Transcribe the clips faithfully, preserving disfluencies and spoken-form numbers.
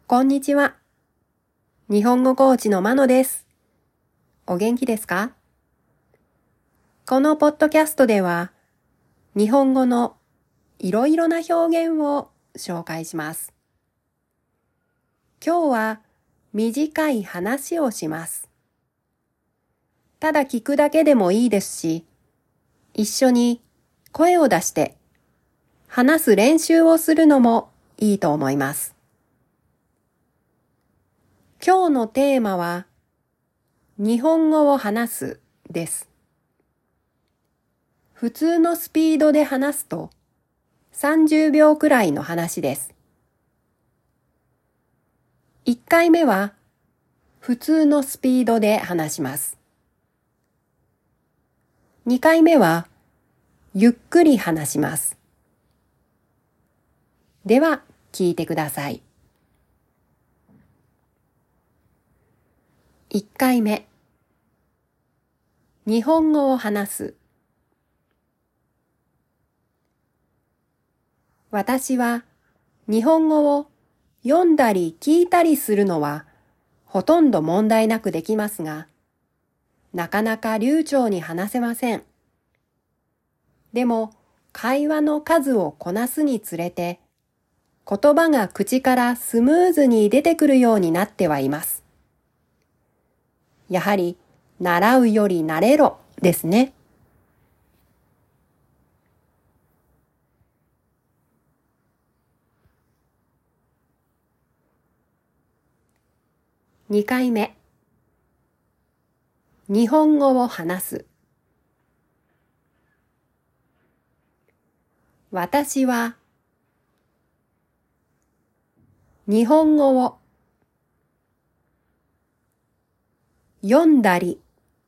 こんにちは。日本語コーチのまのです。お元気ですか？このポッドキャストでは、日本語のいろいろな表現を紹介します。今日は短い話をします。ただ聞くだけでもいいですし、一緒に声を出して話す練習をするのもいいと思います。今日のテーマは、日本語を話すです。普通のスピードで話すとさんじゅうびょうくらいの話です。いっかいめは普通のスピードで話します。にかいめはゆっくり話します。では聞いてください。いっかいめ、日本語を話す。私は日本語を読んだり聞いたりするのはほとんど問題なくできますが、なかなか流暢に話せません。でも会話の数をこなすにつれて、言葉が口からスムーズに出てくるようになってはいます。やはり習うより慣れろですね。にかいめ、日本語を話す。私は日本語を読んだり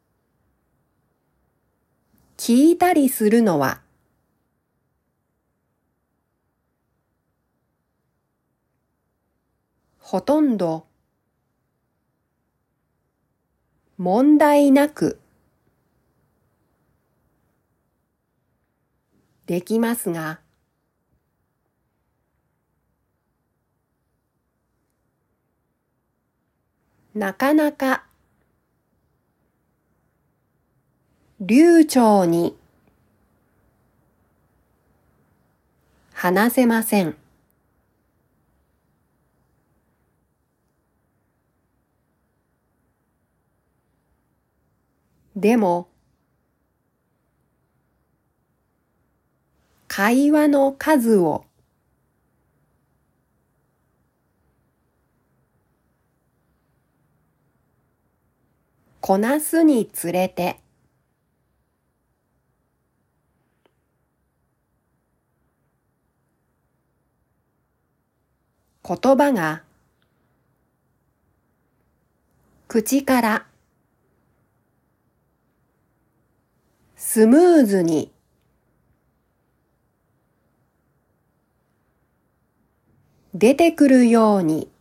聞いたりするのはほとんど問題なくできますが、なかなか流暢に話せません。でも、会話の数をこなすにつれて、言葉が口からスムーズに出てくるように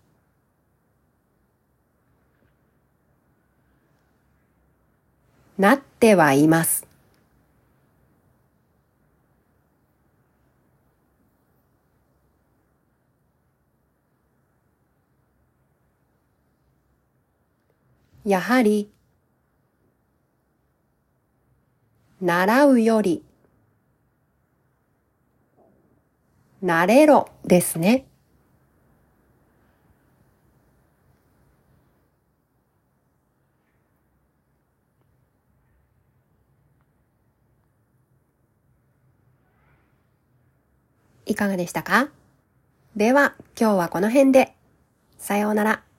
なってはいます。やはり習うより慣れろですね。いかがでしたか？では今日はこの辺で。さようなら。